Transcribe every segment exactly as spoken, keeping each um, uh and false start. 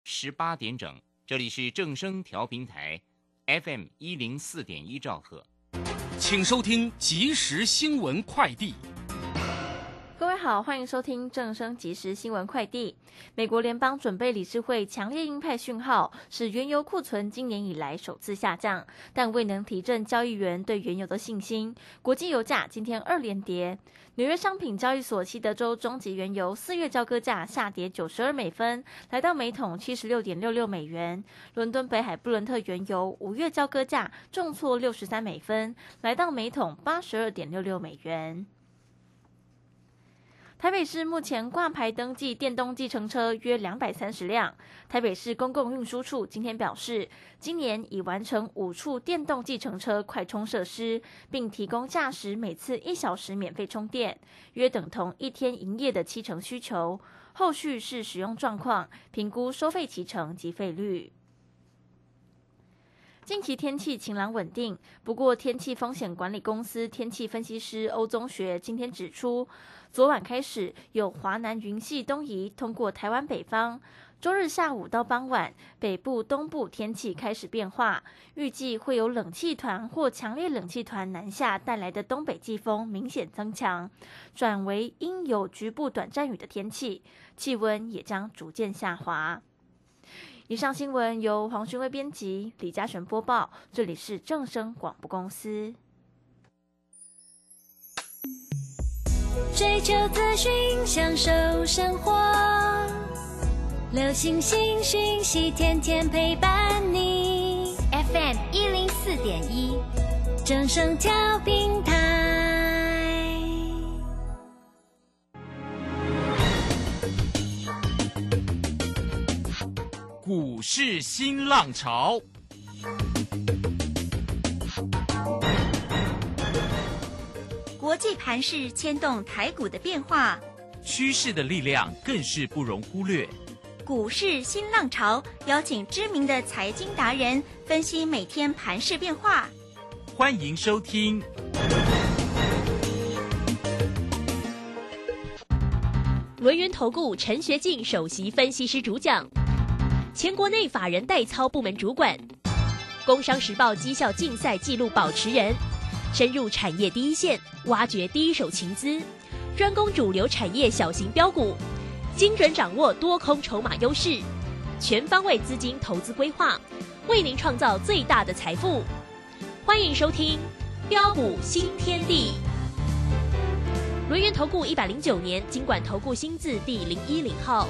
十八点整，这里是正声调频台 F M 一零四点一兆赫， 请收听即时新闻快递。 各位好，欢迎收听正声即时新闻快递。美国联邦准备理事会强烈鹰派讯号，使原油库存今年以来首次下降，但未能提振交易员对原油的信心。国际油价今天二连跌，纽约商品交易所西德州中级原油四月交割价下跌九十二美分，来到每桶七十六点六六美元。伦敦北海布伦特原油五月交割价重挫六十三美分，来到每桶八十二点六六美元。台北市目前挂牌登记电动计程车约两百三十辆。台北市公共运输处今天表示，今年已完成五处电动计程车快充设施，并提供驾驶每次一小时免费充电，约等同一天营业的七成需求。后续是使用状况，评估收费期程及费率。近期天气晴朗稳定，不过天气风险管理公司天气分析师欧宗学今天指出，昨晚开始有华南云系东移通过台湾北方，周日下午到傍晚，北部、东部天气开始变化，预计会有冷气团或强烈冷气团南下带来的东北季风明显增强，转为应有局部短暂雨的天气，气温也将逐渐下滑。以上新闻由黄勋威编辑，李嘉璇播报，这里是正声广播公司。 追求资讯，享受生活，流行新讯息，天天陪伴你。F M 一零四点一，正声调频台。 股市新浪潮， 国际盘势牵动台股的变化， 趋势的力量更是不容忽略。 股市新浪潮邀请知名的财经达人分析每天盘势变化。 欢迎收听轮源投顾陈学进首席分析师主讲，前国内法人代操部门主管，工商时报绩效竞赛纪录保持人，深入产业第一线，挖掘第一手情资，专攻主流产业小型标股，精准掌握多空筹码优势，全方位资金投资规划，为您创造最大的财富。欢迎收听标股新天地。轮源投顾一百零九年金管投顾新字第零一零号。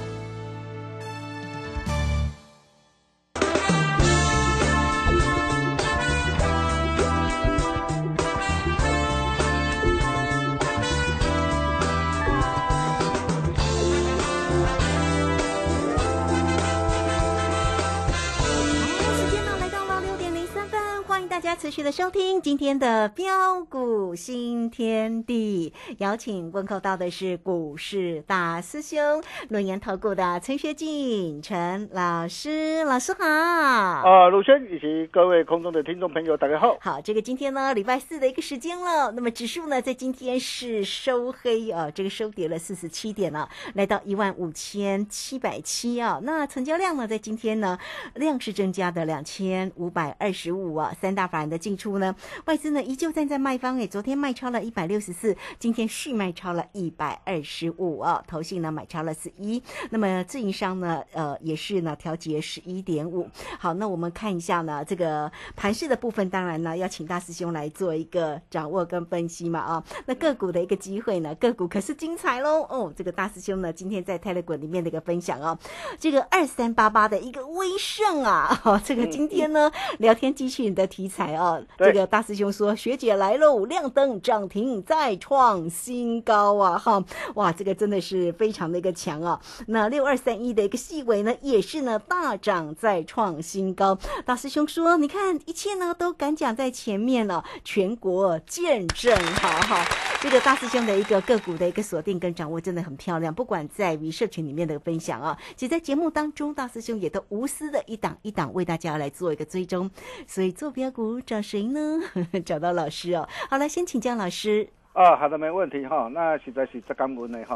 大家持续的收听今天的标股新天地，邀请问候到的是股市大师兄轮源投顾的陈学进陈老师，老师好。 啊，鲁轩以及各位空中的听众朋友，大家好。 好，这个今天呢，礼拜四的一个时间了。那么指数呢，在今天是收黑啊，这个收跌了四十七点了，来到一万五千七百七啊。那成交量呢，在今天呢，量是增加的两千五百二十五啊。三大法人的进出呢，外资呢依旧站在卖方，诶，昨天卖超了一百六十四，今天续卖超了一百二十五啊，投信呢买超了十一，那么自营商呢，呃，也是呢调节十一点五。好，那我们看一下呢，这个盘势的部分，当然呢要请大师兄来做一个掌握跟分析嘛啊。那个股的一个机会呢，个股可是精彩喽哦。这个大师兄呢，今天在 Telegram 里面的一个分享哦，这个二三八八的一个威盛啊，哦，这个今天呢、嗯、聊天机器人的题材哦，这个大师兄说学姐来喽，亮灯涨停再创新高啊哈，哇，这个真的是非常的一个强啊。那六二三一的一个细微呢，也是呢大涨再创新高。大师兄说，你看一切呢都敢讲在前面了，全国见证，好好。这个大师兄的一个个股的一个锁定跟掌握真的很漂亮，不管在于社群里面的分享啊，其实在节目当中，大师兄也都无私的一档一档为大家来做一个追踪。所以做标股找谁呢？找到老师哦。好了，先请教老师。 啊，好的，没问题哈。那实在是这刚问的哈。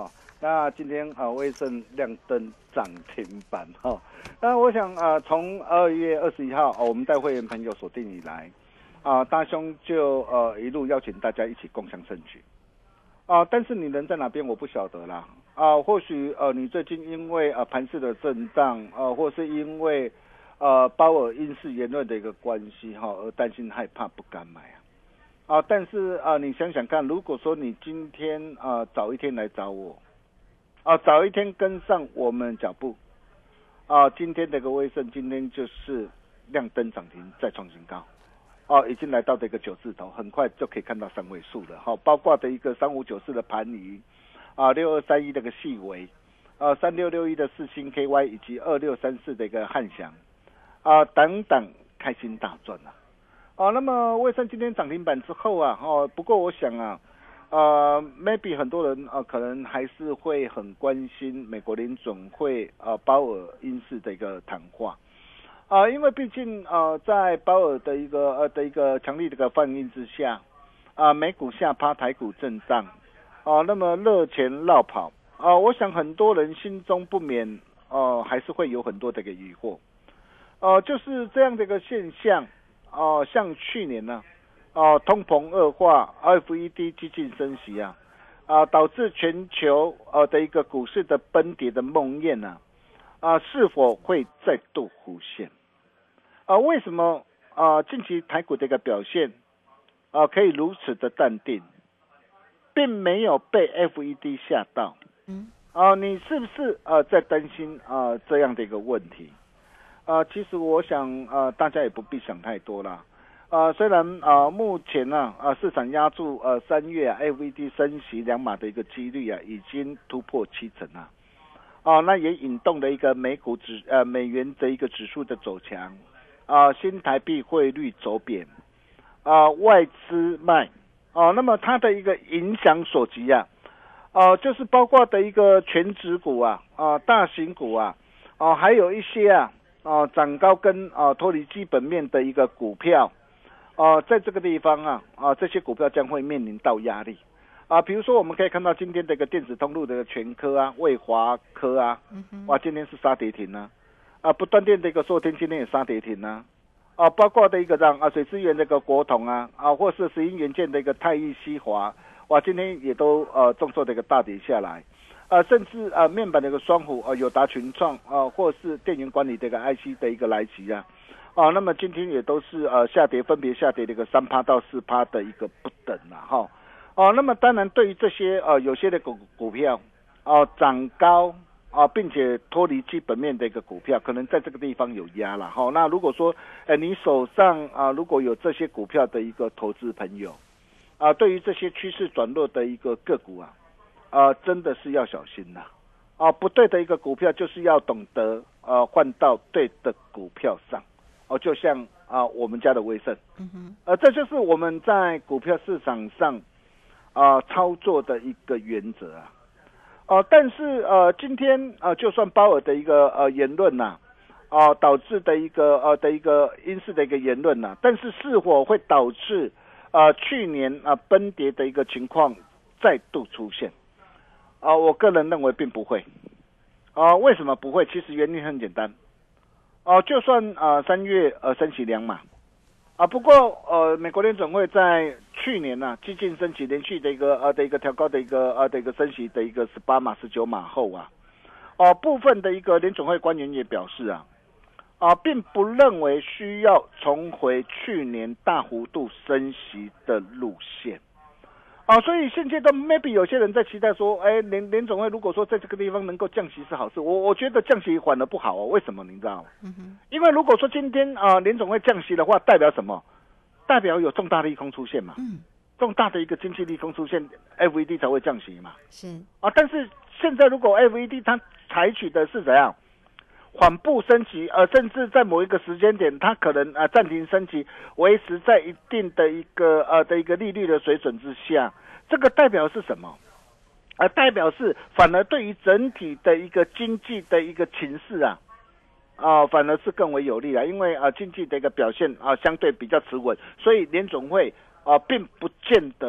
那今天啊，威盛亮灯涨停板哈、哦。那我想啊，从二月二十一号、哦、我们带会员朋友锁定以来，啊，大兄就呃一路邀请大家一起共享盛举啊。但是你人在哪边我不晓得啦啊。或许呃你最近因为呃盘势的震荡呃，或是因为呃鲍尔因事言论的一个关系哈、哦，而担心害怕不敢买啊。啊，但是啊，你想想看，如果说你今天啊早一天来找我。啊，早一天跟上我们脚步，啊，今天这个威盛今天就是亮灯涨停再创新高，哦、啊，已经来到这个九字头，很快就可以看到三位数了，哈、啊，包括的一个三五九四的盘仪，啊，六二三一这个细微，啊，三六六一的四星 K Y 以及二六三四的一个汉翔，啊，等等开心大赚了，啊，那么威盛今天涨停板之后啊，哦、啊，不过我想啊。呃 ，maybe 很多人呃可能还是会很关心美国联准会呃鲍尔因事的一个谈话，啊、呃，因为毕竟呃在鲍尔的一个呃的一个强力的一个放映之下，啊、呃，美股下趴，台股震荡，啊、呃，那么热钱绕跑，啊、呃，我想很多人心中不免呃还是会有很多的一个疑惑，呃，就是这样的一个现象，哦、呃，像去年呢、啊。哦，通膨恶化 ，F E D 激进升息啊，啊，导致全球呃的一个股市的崩跌的梦魇呢、啊，啊，是否会再度浮现？啊，为什么啊近期台股的一个表现啊可以如此的淡定，并没有被 F E D 吓到？嗯，啊，你是不是呃在担心啊这样的一个问题？啊，其实我想啊大家也不必想太多啦。啊、呃，虽然啊、呃，目前呢，啊、呃，市场压住呃三月啊 F E D 升息两码的一个几率啊，已经突破七成啊，啊，那也引动了一个美股指呃美元的一个指数的走强，啊、呃，新台币汇率走贬，啊、呃，外资卖，哦、呃，那么它的一个影响所及啊，哦、呃，就是包括的一个全指股啊，啊、呃，大型股啊，哦、呃，还有一些啊，哦、呃，涨高跟啊、呃、脱离基本面的一个股票。哦、呃，在这个地方啊，啊、呃，这些股票将会面临到压力，啊、呃，比如说我们可以看到今天这个电子通路的全科啊、卫华科啊，哇，今天是杀跌停啊，啊，不断电的一个硕天今天也杀跌停啊，啊，包括的一个让啊水资源这个国统啊，啊，或是石英元件的一个泰益西华，哇，今天也都呃重挫的一个大跌下来，啊，甚至啊面板的一个双虎啊友达群创啊，或是电源管理的一个 I C 的一个来袭啊。哦，那么今天也都是呃下跌，分别下跌的一个三趴到四趴的一个不等啦哈。哦，那么当然对于这些呃有些的股股票哦、呃、涨高啊、呃，并且脱离基本面的一个股票，可能在这个地方有压啦哈。那如果说呃你手上啊、呃、如果有这些股票的一个投资朋友啊、呃，对于这些趋势转弱的一个个股啊啊、呃、真的是要小心啦啊、呃，不对的一个股票就是要懂得呃换到对的股票上。哦，就像啊、呃，我们家的威盛，嗯哼，呃，这就是我们在股票市场上啊、呃、操作的一个原则啊，哦、呃，但是呃，今天啊、呃，就算鲍尔的一个呃言论呐、啊，啊、呃，导致的一个呃的一个因事的一个言论呐、啊，但是是否会导致啊、呃、去年啊、呃、崩跌的一个情况再度出现？啊、呃，我个人认为并不会。啊、呃，为什么不会？其实原因很简单。哦、呃，就算呃三月呃升息两码，啊，不过呃美国联准会在去年呢、啊、激进升息，连续的一个呃的一个调高的一个呃的一个升息的一个十八码十九码后啊，哦、呃、部分的一个联准会官员也表示啊，啊、呃、并不认为需要重回去年大幅度升息的路线。啊，所以现阶段 maybe 有些人在期待说，哎，联联总会如果说在这个地方能够降息是好事，我我觉得降息反而不好哦。为什么？你知道吗？嗯哼。因为如果说今天啊、呃、联总会降息的话，代表什么？代表有重大利空出现嘛。嗯。重大的一个经济利空出现 ，F E D 才会降息嘛。是。啊，但是现在如果 F E D 它采取的是怎样？缓步升级，呃，甚至在某一个时间点，它可能呃暂停升级，维持在一定的一个呃的一个利率的水准之下，这个代表是什么？呃，代表是反而对于整体的一个经济的一个情势啊，啊、呃，反而是更为有利啦，因为啊、呃、经济的一个表现啊、呃、相对比较持稳，所以联总会啊、呃、并不见得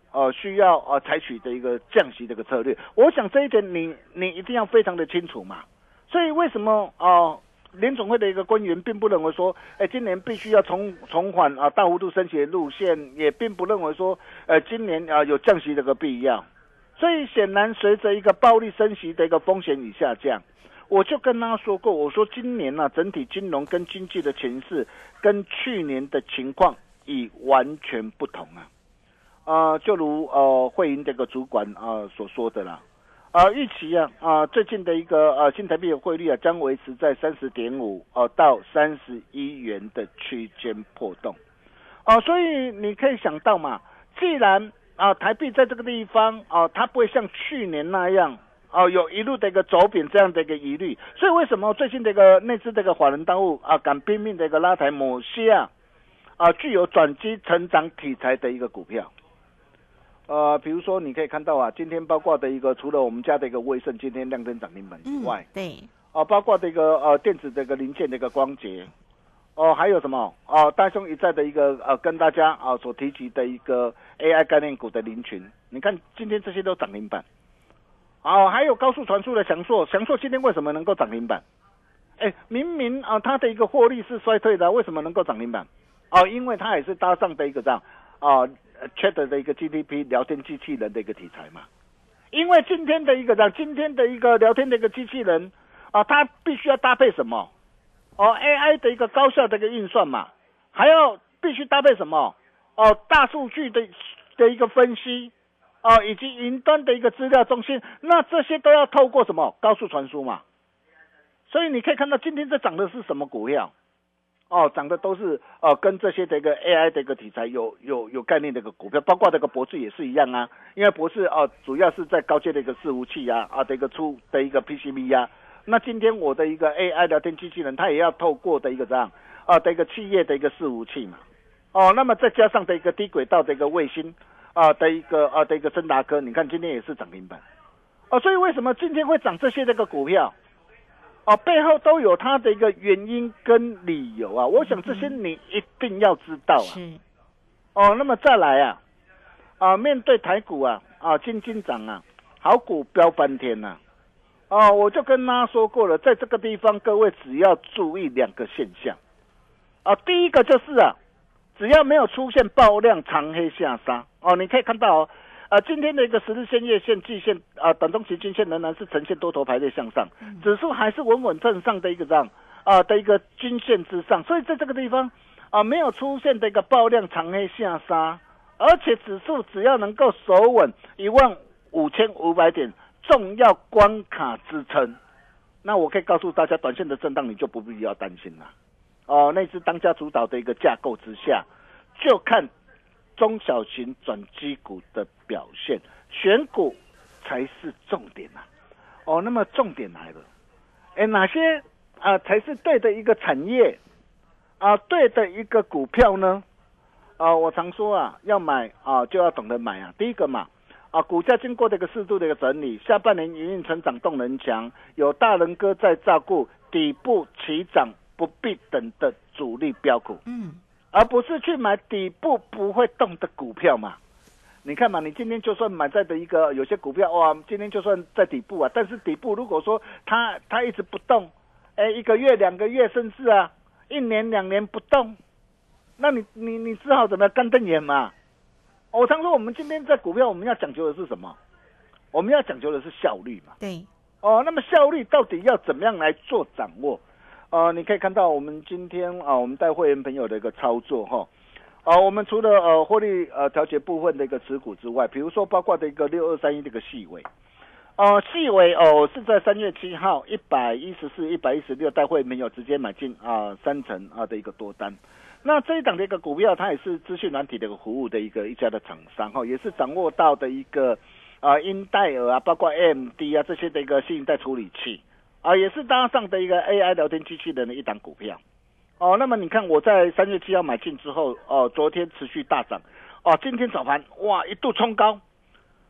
呃需要呃采取的一个降息的一个策略。我想这一点你你一定要非常的清楚嘛。所以为什么呃联总会的一个官员并不认为说，哎，今年必须要重重返啊大幅度升息的路线，也并不认为说，呃，今年啊有降息的一个必要。所以显然随着一个暴力升息的一个风险与下降，我就跟他说过，我说今年呢、啊、整体金融跟经济的情势跟去年的情况已完全不同啊。呃，就如呃汇银这个主管啊、呃、所说的啦。啊、呃，预期啊，啊、呃，最近的一个呃新台币的汇率啊，将维持在三十点五呃到三十一元的区间波动，哦、呃，所以你可以想到嘛，既然啊、呃、台币在这个地方啊、呃，它不会像去年那样哦、呃、有一路的一个走贬这样的一个疑虑，所以为什么最近这个内资这个法人当户啊敢拼命的一个拉抬某些啊啊、呃、具有转机成长题材的一个股票？呃，比如说你可以看到啊，今天包括的一个，除了我们家的一个威盛今天亮灯涨停板以外， 嗯、对， 啊、呃，包括这个呃电子的一个零件的一个光捷，哦、呃，还有什么哦、呃，大兄一再的一个呃跟大家啊、呃、所提及的一个 A I 概念股的林群，你看今天这些都涨停板，啊、呃，还有高速传输的翔硕，翔硕今天为什么能够涨停板？哎，明明啊、呃、它的一个获利是衰退的，为什么能够涨停板？哦、呃，因为它也是搭上的一个这样啊。呃Chat 的一个 G D P 聊天机器人的一个题材嘛，因为今天的一个让今天的一个聊天的一个机器人啊，它必须要搭配什么？哦 ，A I 的一个高效的一个运算嘛，还要必须搭配什么？哦，大数据的的一个分析，哦，以及云端的一个资料中心，那这些都要透过什么高速传输嘛？所以你可以看到今天这涨的是什么股票？哦，涨的都是呃跟这些的一个 A I 的一个题材有有有概念的一个股票，包括这个博智也是一样啊，因为博智哦、呃、主要是在高阶的一个伺服器啊啊的一个出的一个 P C B 啊，那今天我的一个 A I 聊天机器人，它也要透过的一个这样啊的一个企业的一个伺服器嘛，哦，那么再加上的一个低轨道的一个卫星啊的一个啊的一个森达科，你看今天也是涨停板，哦，所以为什么今天会涨这些这个股票？哦，背后都有它的一个原因跟理由啊，我想这些你一定要知道啊。 是。 哦，那么再来啊，啊，面对台股啊，啊，金金涨啊，好股飙翻天呐、啊，哦，我就跟他说过了，在这个地方各位只要注意两个现象，啊，第一个就是啊，只要没有出现爆量长黑下杀，哦，你可以看到哦。啊，今天的一个十日线、月线、季线啊，短中期均线仍然是呈现多头排列向上，指数还是稳稳正上的一个这样啊的一个均线之上，所以在这个地方啊没有出现的一个爆量长黑下杀，而且指数只要能够守稳一万五千五百点重要关卡支撑，那我可以告诉大家，短线的震荡你就不必要担心了。哦，那是当家主导的一个架构之下，就看中小型转机股的表现，选股才是重点啊！哦，那么重点来了，哎，哪些啊、呃、才是对的一个产业啊、呃，对的一个股票呢？啊、呃，我常说啊，要买啊、呃、就要懂得买啊。第一个嘛，啊，股价经过这个适度的一个整理，下半年营运成长动能强，有大人哥在照顾，底部起涨不必等的主力标股。嗯。而不是去买底部不会动的股票嘛？你看嘛，你今天就算买在的一个有些股票哇，今天就算在底部啊，但是底部如果说它它一直不动，哎，一个月、两个月，甚至啊一年、两年不动，那你你你只好怎么样干瞪眼嘛？我常说，我们今天在股票我们要讲究的是什么？我们要讲究的是效率嘛。 对。哦， 那么效率到底要怎么样来做掌握？呃，你可以看到我们今天啊、呃，我们带会员朋友的一个操作哈，啊、呃，我们除了呃获利呃调节部分的一个持股之外，比如说包括的一个六二三一的一个细微，呃，细微哦是在三月七号一百一十四、一百一十六带会员朋友直接买进啊、呃、三成啊的一个多单，那这一档的一个股票，它也是资讯软体的一个服务的一个一家的厂商哈，也是掌握到的一个啊、呃、英戴尔啊，包括 A M D 啊这些的一个新一代处理器。啊，也是搭上的一个 A I 聊天机器人的一档股票，哦，那么你看我在三月七号买进之后，哦，昨天持续大涨，哦，今天早盘哇一度冲高，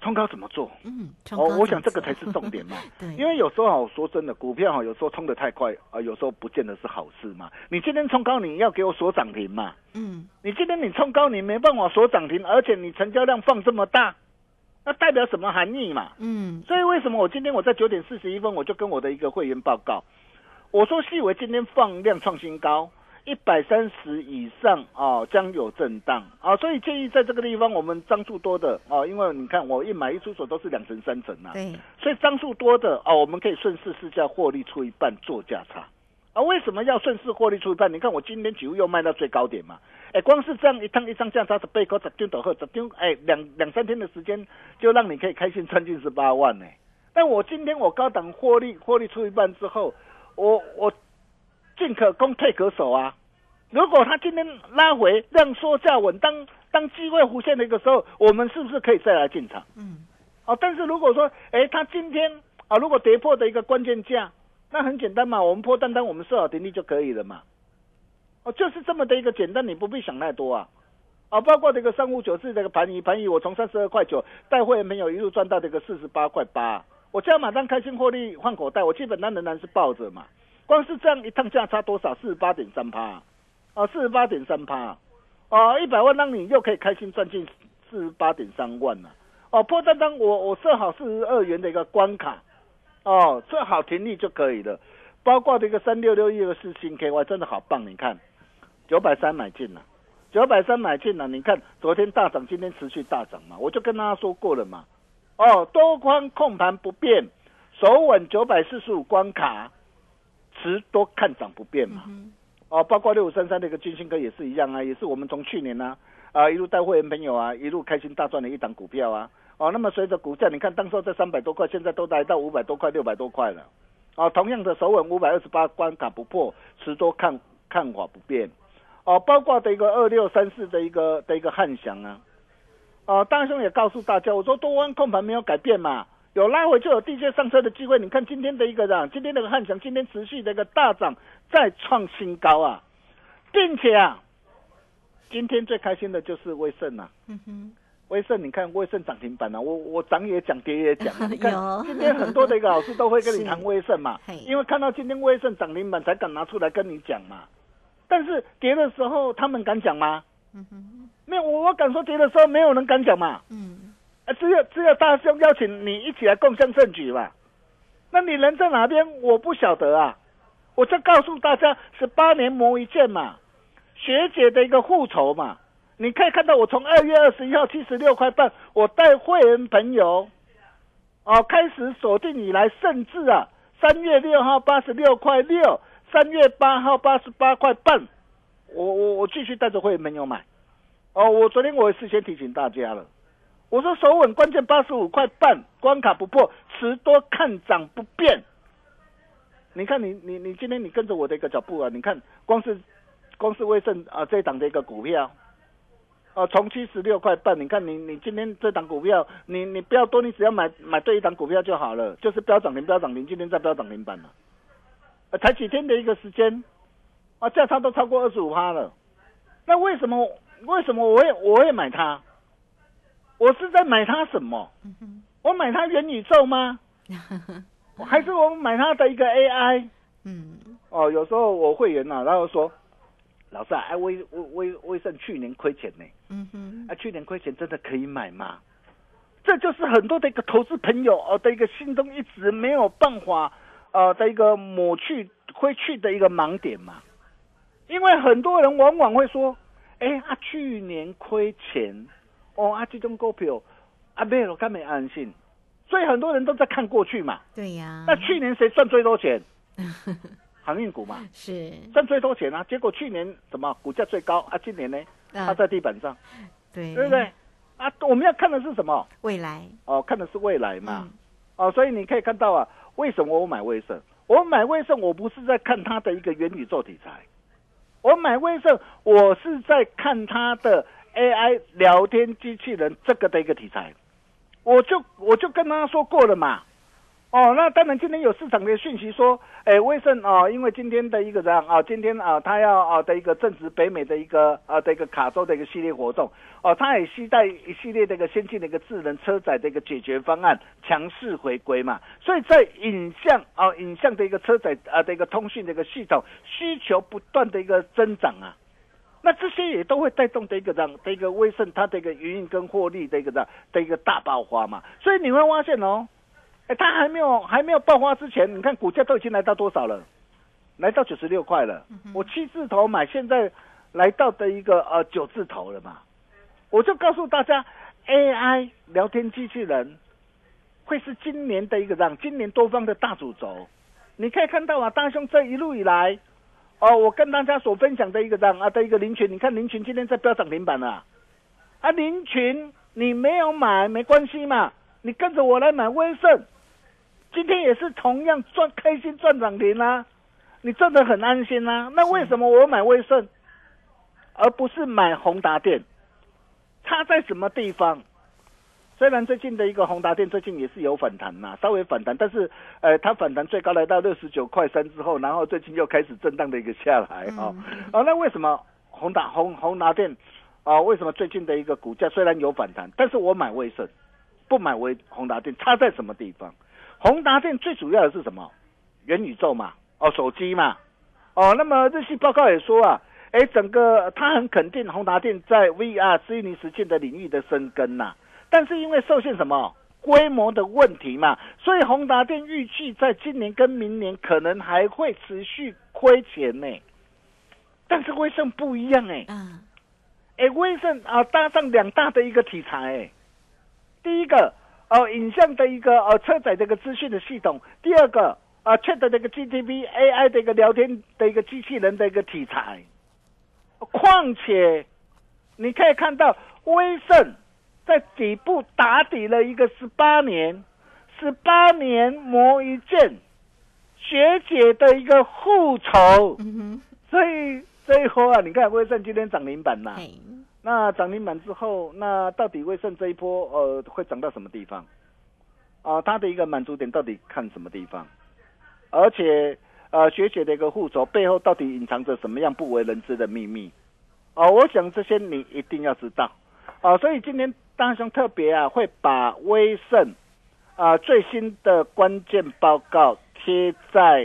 冲高怎么做？ 嗯， 哦，我想这个才是重点嘛。 对， 因为有时候啊，说真的，股票哈，有时候冲得太快啊，有时候不见得是好事嘛。你今天冲高，你要给我锁涨停嘛。 嗯， 你今天你冲高，你没办法锁涨停，而且你成交量放这么大，那代表什么含义嘛？ 嗯， 所以为什么我今天我在九点四十一分，我就跟我的一个会员报告，我说细微今天放量创新高。一百三十以上啊，将有震荡啊，所以建议在这个地方我们张数多的啊，因为你看我一买一出手都是两成三成啊， 对， 所以张数多的啊，我们可以顺势市价获利出一半做价差啊。为什么要顺势获利出一半？你看我今天几乎又卖到最高点嘛，哎，光是这样一趟一张价差十倍高十张的后十张，哎，两两三天的时间就让你可以开心赚进十八万呢。但我今天我高档获利获利出一半之后，我我。进可攻退可守啊！如果他今天拉回量缩价稳，当当机会浮现的一个时候，我们是不是可以再来进场？嗯，哦，但是如果说，哎，他今天啊，如果跌破的一个关键价，那很简单嘛，我们破单单，我们设好停利就可以了嘛。哦，就是这么的一个简单，你不必想太多啊。啊，包括这个三五九四这个盘仪，盘仪我从三十二块九带会员朋友一路赚到这个四十八块八，我加码单开心获利换口袋，我基本单仍然是抱着嘛。光是这样一趟价差多少？四十八点三趴，啊，四十八点三趴，啊，一百万让你又可以开心赚进四十八点三万了，哦，破单单我我设好四十二元的一个关卡，哦，设好停利就可以了。包括这个三六六一的四星 K Y 真的好棒，你看九百三买进了，九百三买进了，你看昨天大涨，今天持续大涨嘛，我就跟大家说过了嘛，哦，多空控盘不变，守稳九百四十五关卡。持多看涨不变嘛，嗯、哦，包括六五三三的一个金星科也是一样啊，也是我们从去年呢 啊, 啊一路带会员朋友啊一路开心大赚的一档股票啊，哦，那么随着股价你看当时候在三百多块，现在都来到五百多块、六百多块了，哦，同样的守稳五百二十八关卡不破，持多看看法不变，哦，包括的一个二六三四的一个的一个汉翔啊，哦，大兄也告诉大家，我说多方控盘没有改变嘛。有拉回就有地阶上车的机会，你看今天的一个涨，今天的汉翔今天持续的一个大涨，再创新高啊，并且啊，今天最开心的就是威盛啊，嗯哼，威盛你看威盛涨停板啊，我我涨也讲跌也讲，你看今天很多的一个老师都会跟你谈威盛嘛，因为看到今天威盛涨停板才敢拿出来跟你讲嘛，但是跌的时候他们敢讲吗？嗯哼，没有，我敢说跌的时候没有人敢讲嘛，嗯。只有只有大兄邀请你一起来共襄盛举嘛，那你人在哪边？我不晓得啊，我就告诉大家，十八年磨一剑嘛，学姐的一个护筹嘛，你可以看到我从二月二十一号七十六块半，我带会员朋友，哦，开始锁定以来，甚至啊，三月六号八十六块六，三月八号八十八块半，我我我继续带着会员朋友买，哦，我昨天我也事先提醒大家了。我说守稳关键八十五块半，关卡不破，持多看涨不变。你看你你你今天你跟着我的一个脚步啊，你看光是光是威盛啊这一档的一个股票，哦、啊，从七十六块半，你看你你今天这档股票，你你不要多，你只要买买对一档股票就好了，就是标涨停标涨停，今天再标涨停板了，啊，才几天的一个时间，啊，价差都超过二十五趴了，那为什么为什么我也我也买它？我是在买它什么？我买它元宇宙吗？还是我买它的一个 A I？ 嗯，哦，有时候我会员呐、啊，然后说，老师啊，哎，威威威威盛去年亏钱呢，嗯哼，啊，去年亏钱真的可以买吗？这就是很多的一个投资朋友哦的一个心中一直没有办法呃的一个抹去挥去的一个盲点嘛。因为很多人往往会说，哎，啊，去年亏钱。哦啊，这种股票啊，买了干没安心，所以很多人都在看过去嘛。 对呀。 那去年谁赚最多钱？航运股嘛， 是赚最多钱啊。结果去年什么股价最高啊？今年呢，它、啊、在地板上， 对， 对不对？啊，我们要看的是什么？ 未来。 哦，看的是未来嘛。嗯、哦，所以你可以看到啊，为什么我买威盛？我买威盛，我不是在看它的一个元宇宙题材，我买威盛，我是在看它的。A I 聊天机器人这个的一个题材，我就我就跟他说过了嘛， 哦，那当然，今天有市场的讯息说，哎，威盛啊，因为今天的一个这样啊，今天啊，他要啊的一个正值北美的一个啊的一个卡州的一个系列活动，哦，他也期待一系列的一个先进的一个智能车载的一个解决方案强势回归嘛，所以在影像啊影像的一个车载啊的一个通讯的一个系统需求不断的一个增长啊。那这些也都会带动的一个这样的一个威盛它的一个营运跟获利的一个这样的一个大爆发嘛，所以你会发现哦。哎，它还没有还没有爆发之前，你看股价都已经来到多少了？来到九十六块了。嗯、我七字头买，现在来到的一个呃九字头了嘛。我就告诉大家 ，A I 聊天机器人会是今年的一个让今年多方的大主轴。你可以看到啊，大兄这一路以来，哦，我跟大家所分享的一个让啊的一个林群，你看林群今天在飙涨停板了啊，啊林群你没有买没关系嘛，你跟着我来买威盛。今天也是同样赚开心赚涨停啊，你赚得很安心啊。那为什么我买威盛，而不是买宏达电？差在什么地方？虽然最近的一个宏达电最近也是有反弹呐、啊，稍微反弹，但是呃，它反弹最高来到六十九块三之后，然后最近又开始震荡的一个下来啊。哦、嗯啊，那为什么宏达宏宏达电啊？为什么最近的一个股价虽然有反弹，但是我买威盛，不买威宏达电，差在什么地方？宏达电最主要的是什么？元宇宙嘛，哦，手机嘛，哦，那么日系报告也说啊，哎，整个他很肯定宏达电在 V R 虚拟实境的领域的深耕呐、啊，但是因为受限什么规模的问题嘛，所以宏达电预计在今年跟明年可能还会持续亏钱呢。但是威盛不一样哎，嗯，哎，威盛啊搭上两大的一个题材哎，第一个。哦，影像的一个呃车载的一个资讯的系统，第二个啊 Chat 的一个 G T P A I 的一个聊天的一个机器人的一个题材，况且你可以看到威盛在底部打底了一个十八年，十八年磨一剑，学姐的一个护筹，嗯、所以这一波啊，你看威盛今天涨停板呐。那涨停板之后，那到底威盛这一波呃会涨到什么地方？啊、呃，它的一个满足点到底看什么地方？而且呃学姐的一个护手背后到底隐藏着什么样不为人知的秘密？哦、呃，我想这些你一定要知道。哦、呃，所以今天大雄特别啊会把威盛啊最新的关键报告贴在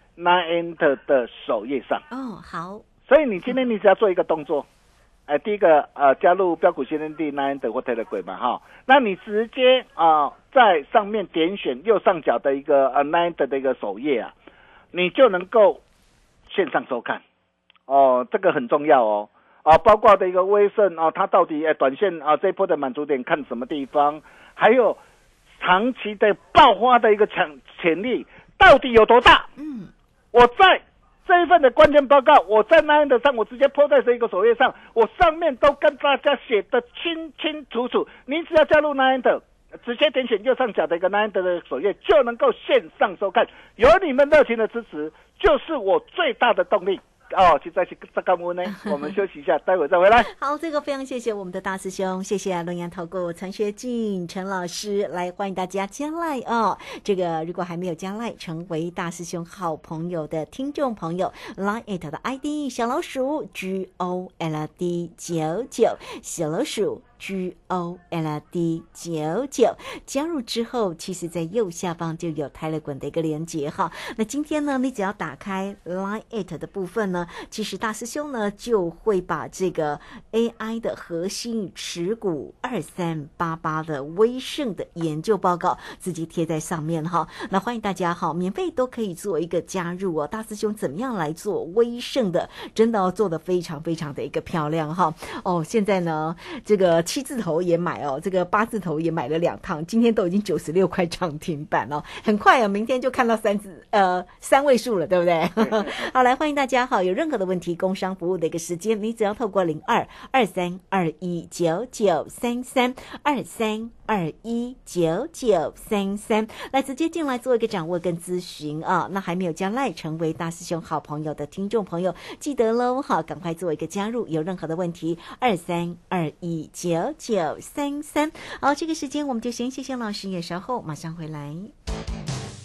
Nine 的首页上。 哦，好。 所以你今天你只要做一个动作。哎，第一个呃，加入标股新天地 Nine 的或 Telegram 嘛哈，那你直接啊、呃、在上面点选右上角的一个呃 Nine 的一个首页啊，你就能够线上收看哦，这个很重要哦啊，包括的一个威盛啊，它到底哎短线啊这一波的满足点看什么地方，还有长期的爆发的一个潜潜力到底有多大？嗯，我在。这一份的关键报告，我在 Nine 的上，我直接po在这一个首页上，我上面都跟大家写得清清楚楚。你只要加入 Nine 的，直接点选右上角的一个 Nine 的首页，就能够线上收看。有你们热情的支持，就是我最大的动力。哦，现在是这个温呢，我们休息一下，待会再回来。 好，这个非常谢谢我们的大师兄，谢谢龙岩投顾陈学进陈老师，来欢迎大家加赖哦。这个如果还没有加赖，成为大师兄好朋友的听众朋友 ，Line 的 I D 小老鼠 G O L D 九九 小老鼠。G O L D 九九 加入之后，其实在右下方就有 Telegram 的一个连结哈。那今天呢，你只要打开 Line 的部分呢，其实大师兄呢就会把这个 A I 的核心持股二三八八的威盛的研究报告直接贴在上面哈。那欢迎大家哈，免费都可以做一个加入哦。大师兄怎么样来做威盛的？真的、哦、做得非常非常的一个漂亮哈。哦，现在呢这个。七字头也买哦，这个八字头也买了两趟，今天都已经九十六块涨停板哦，很快啊，明天就看到三字呃三位数了，对不对？好，来欢迎大家哈，有任何的问题，工商服务的一个时间，你只要透过零二二三二一九九三三二三二一九九三三来直接进来做一个掌握跟咨询啊。那还没有加赖成为大师兄好朋友的听众朋友，记得喽，好，赶快做一个加入，有任何的问题二三二一九。九九三三，好，这个时间我们就先谢谢老师，也稍后马上回来。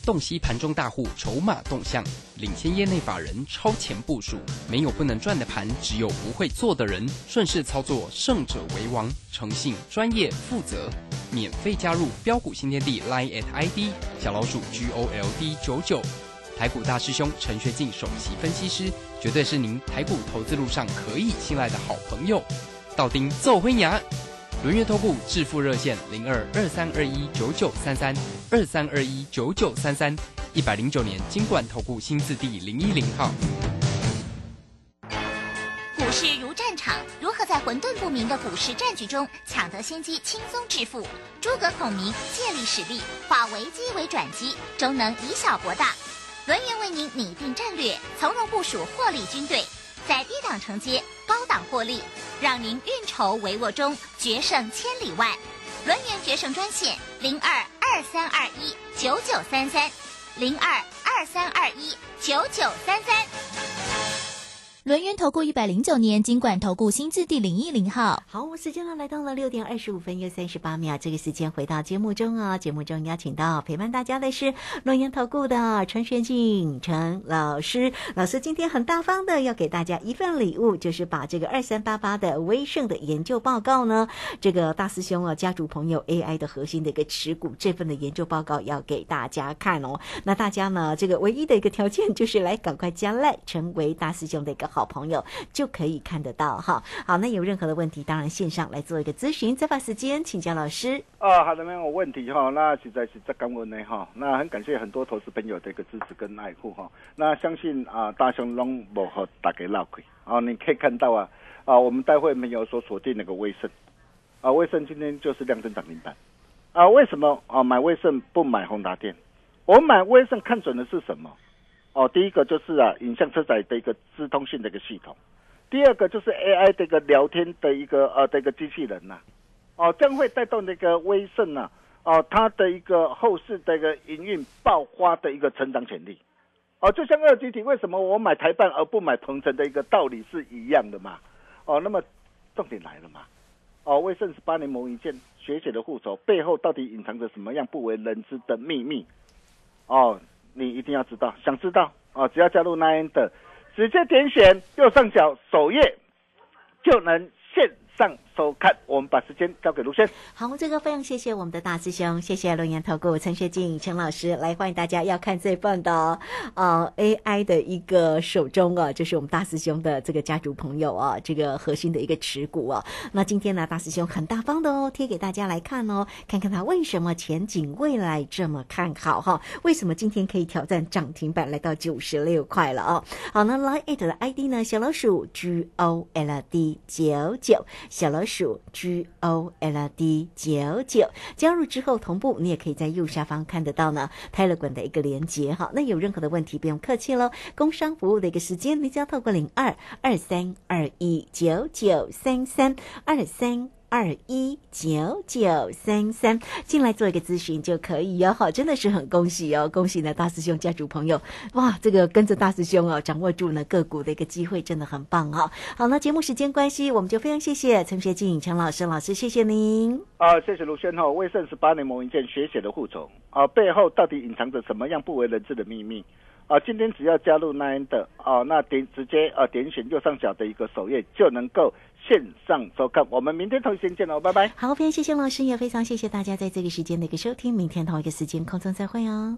洞悉盘中大户筹码动向，领先业内法人超前部署。没有不能赚的盘，只有不会做的人。顺势操作，胜者为王。诚信、专业、负责。免费加入标股新天地 Line at I D 小老鼠 G O L D 九九。台股大师兄陈学进首席分析师，绝对是您台股投资路上可以信赖的好朋友。道丁奏灰牙，轮月投顾致富热线零二二三二一九九三三二三二一九九三三，一百零九年金管投顾新字第零一零号。 股市如战场，如何在混沌不明的股市战局中抢得先机，轻松致富？诸葛孔明借力使力，化危机为转机，终能以小博大。轮源为您拟定战略，从容部署获利军队，在低档承接，高档获利，让您运筹帷幄中决胜千里外。轮源决胜专线零二二三二一九九三三零二二三二一九九三三。 轮源投顾一百零九年金管投顾新字第零一零号。 好，时间呢来到了六点二十五分又三十八秒，这个时间回到节目中啊，节目中邀请到陪伴大家的是轮源投顾的陈学进陈老师。老师今天很大方的要给大家一份礼物，就是把这个二三八八的威盛的研究报告呢，这个大师兄啊家族朋友 A I 的核心的一个持股这份的研究报告要给大家看哦。那大家呢这个唯一的一个条件就是来赶快加赖，成为大师兄的一个好朋友就可以看得到哈。好，那有任何的问题，当然线上来做一个咨询，再把时间请教老师。 哦，好的，没有问题哈。那实在是在感恩呢哈。那很感谢很多投资朋友的一个支持跟爱护哈。那相信啊，大雄拢无和大家闹亏啊。你可以看到啊啊，我们待会朋友所锁定那个威盛啊，威盛今天就是亮灯涨停板啊。为什么啊买威盛不买宏达电？我买威盛看准的是什么？哦，第一个就是啊，影像车载的一个资通讯的一个系统，第二个就是 A I 的一个聊天的一个呃的一个机器人呐、啊，哦，这样会带动那个威盛呐，哦，它的一个后市的一个营运爆发的一个成长潜力，哦，就像二极体为什么我买台办而不买鹏程的一个道理是一样的嘛，哦，那么重点来了嘛，哦，威盛十八年磨一剑，血血的护手背后到底隐藏着什么样不为人知的秘密？哦。你一定要知道，想知道哦，只要加入 Line 的，直接点选右上角首页就能线上收看。我们把时间交给卢轩。 好，这个非常谢谢我们的大师兄，谢谢轮源投顾陈学进陈老师，来欢迎大家要看这份的呃 A I 的一个手中啊，就是我们大师兄的这个家族朋友啊，这个核心的一个持股啊。那今天呢，大师兄很大方的哦，贴给大家来看哦，看看他为什么前景未来这么看好哈？为什么今天可以挑战涨停板来到九十六块了哦？好，那 Line 的 I D 呢，小老鼠 G O L D 九九，小老鼠 G O L D 九九，加入之后同步你也可以在右下方看得到呢 Telegram 的一个连结哈。那有任何的问题不用客气咯，工商服务的一个时间，你只要透过零二二三二一九九三三二三二一九九三三进来做一个咨询就可以哦，好，真的是很恭喜哦，恭喜呢大师兄家族朋友，哇，这个跟着大师兄哦，掌握住呢个股的一个机会，真的很棒哈、哦。好，那节目时间关系，我们就非常谢谢陈学进陈老师，老师谢谢您。 啊，谢谢卢轩哈，威盛十八年磨一剑，血血的护虫啊，背后到底隐藏着什么样不为人知的秘密？啊，今天只要加入 Line 的啊，那点直接啊点选右上角的一个首页就能够线上收看。我们明天同一时间见喽，拜拜。 好，非常谢谢老师，也非常谢谢大家在这个时间的一个收听，明天同一个时间空中再会哦。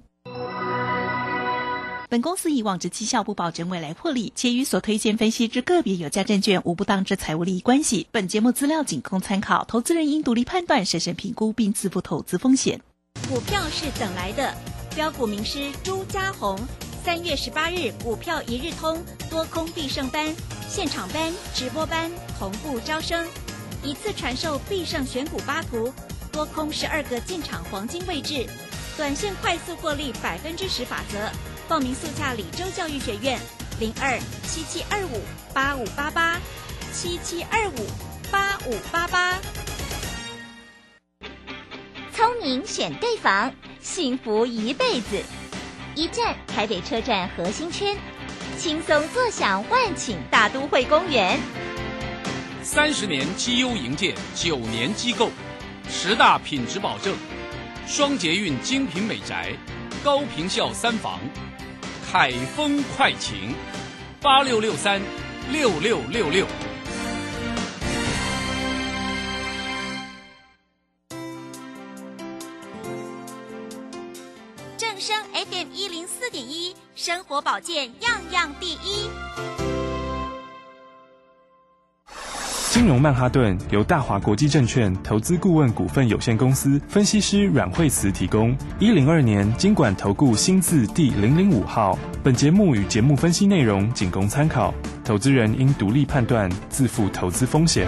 本公司以往之绩效不保证未来获利，且与所推荐分析之个别有价证券无不当之财务利益关系。本节目资料仅供参考，投资人应独立判断、审慎评估并自负投资风险。 股票是等来的，标股名师朱家红。三月十八日，股票一日通多空必胜班现场班、直播班同步招生，一次传授必胜选股八图，多空十二个进场黄金位置，短线快速获利百分之十法则。报名速洽李州教育学院零二七七二五八五八八七七二五八五八八。 聪明选对房，幸福一辈子。一站台北车站核心圈，轻松坐享万顷大都会公园。 三十年绩优营建，九年机构，十大品质保证，双捷运精品美宅， 高坪效三房，凯风快晴，八六六三六六六六。 正声 F M 一零四点一，生活保健样样第一。 金融曼哈顿由大华国际证券投资顾问股份有限公司分析师阮惠慈提供。一零二年金管投顾新字第零零五号。本节目与节目分析内容仅供参考，投资人应独立判断，自负投资风险。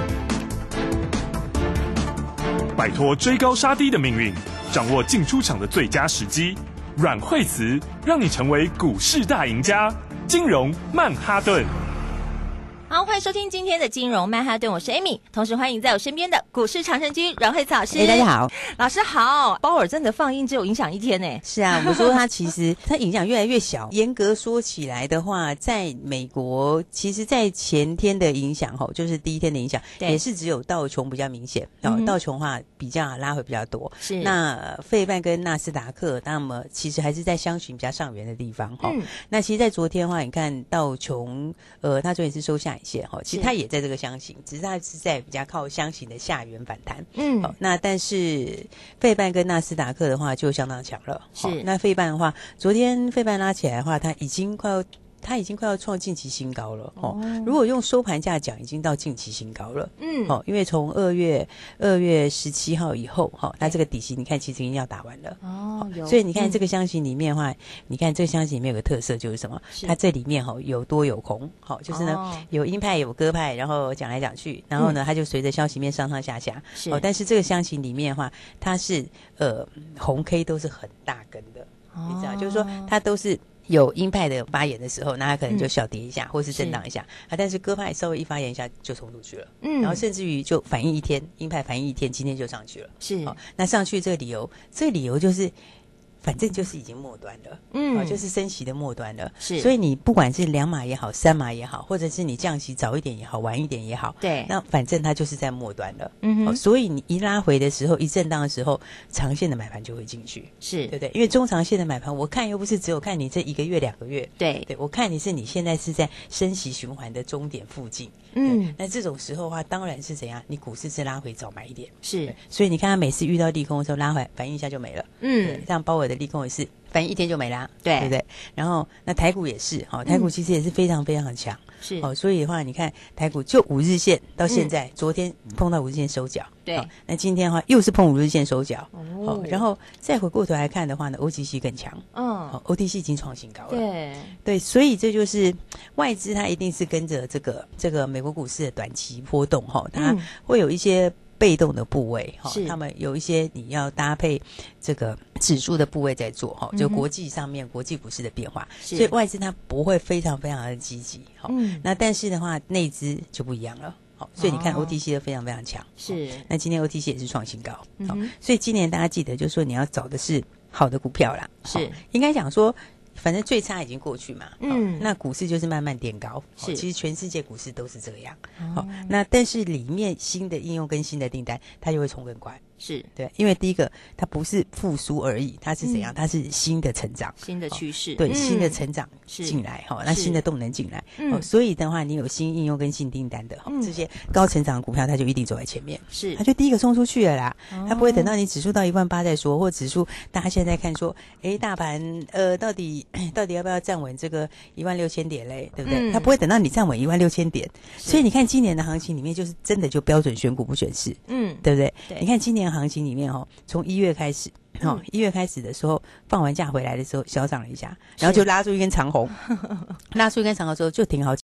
摆脱追高杀低的命运，掌握进出场的最佳时机。阮惠慈让你成为股市大赢家。金融曼哈顿。 好，欢迎收听今天的金融曼哈顿，我是 Amy， 同时欢迎在我身边的股市常胜军阮惠慈老师。 哎、欸，大家好， 老师好。鲍尔真的放映只有影响一天呢？ 是啊，我说他其实他影响越来越小。严格说起来的话，在美国，其实，在前天的影响吼，就是第一天的影响，也是只有道琼比较明显。哦，嗯、道琼话比较拉回比较多。是。那费半跟纳斯达克，那么其实还是在箱型比较上缘的地方哈。嗯、那其实，在昨天的话，你看道琼，呃，它昨天是收下影线哈，其实它也在这个箱型，只是它是在比较靠箱型的下缘反弹。嗯。好，那但是费半跟纳斯达克的话就相当强了。是。那费半的话，昨天费半拉起来的话，它已经快要。它已经快要创近期新高了哦。如果用收盘价讲，已经到近期新高了。嗯，哦，因为从二月二月十七号以后，哈、哦，那这个底薪你看其实已经要打完了。哦，有。所以你看这个箱型里面的话，嗯、你看这个箱型里面有个特色就是什么？它这里面哈、哦、有多有空，好、哦，就是呢、哦、有鹰派有鸽派，然后讲来讲去，然后呢、嗯、它就随着箱型面上上下下。是。哦，但是这个箱型里面的话，它是呃红 K 都是很大根的，哦、你知道，就是说它都是。有鹰派的发言的时候，那它可能就小跌一下，嗯、或是震荡一下啊。但是鸽派稍微一发言一下就冲出去了，嗯，然后甚至于就反应一天，鹰派反应一天，今天就上去了。是，哦、那上去这个理由，这个理由就是。反正就是已经末端了，嗯、哦，就是升息的末端了，是，所以你不管是两码也好，三码也好，或者是你降息早一点也好，晚一点也好，对，那反正它就是在末端了，嗯哼、哦，所以你一拉回的时候，一震荡的时候，长线的买盘就会进去，是对不对？因为中长线的买盘，我看又不是只有看你这一个月两个月，对对，我看你是你现在是在升息循环的终点附近，嗯，那这种时候的话，当然是怎样，你股市是拉回早买一点，是，所以你看它每次遇到利空的时候拉回，反应一下就没了，嗯，像鲍尔的利空也是，反正一天就没啦，对，对不对？然后那台股也是，哈、哦，台股其实也是非常非常的强，是、嗯，哦，所以的话，你看台股就五日线到现在，嗯、昨天碰到五日线收脚，对、哦，那今天的话又是碰五日线收脚，哦，哦然后再回过头来看的话呢 ，O T C 更强，嗯、哦、，O T C 已经创新高了，对，对，所以这就是外资它一定是跟着这个这个美国股市的短期波动，哈、哦，它会有一些。被动的部位哈，他们有一些你要搭配这个指数的部位在做哈，就国际上面、嗯、国际股市的变化，所以外资它不会非常非常的积极哈。嗯，那但是的话，内资就不一样了。好，所以你看 O T C 都非常非常强。是，那今天 O T C 也是创新高。嗯、好，所以今年大家记得，就是说你要找的是好的股票啦。是，应该讲说。反正最差已经过去嘛，嗯、哦，那股市就是慢慢垫高，是、哦，其实全世界股市都是这样，好、哦哦，那但是里面新的应用跟新的订单，它就会冲更快，是对，因为第一个它不是复苏而已，它是怎样？嗯、它是新的成长， 新的趋势， 哦、对，嗯、新的成长进来，哈、哦，那新的动能进来，嗯、哦，所以的话，你有新应用跟新订单的，哈、嗯，这些高成长的股票，它就一定走在前面，是，它就第一个冲出去了啦，哦、它不会等到你指数到一万八再说，或指数大家现在看说，哎，大盘呃到底。到底要不要站稳这个一万六千点嘞？对不对？嗯、它不会等到你站稳一万六千点，所以你看今年的行情里面，就是真的就标准选股不选市，嗯，对不对？对你看今年行情里面哦，从一月开始，哦，一月开始的时候放完假回来的时候小涨了一下，然后就拉出一根长红，拉出一根长红之后就停好。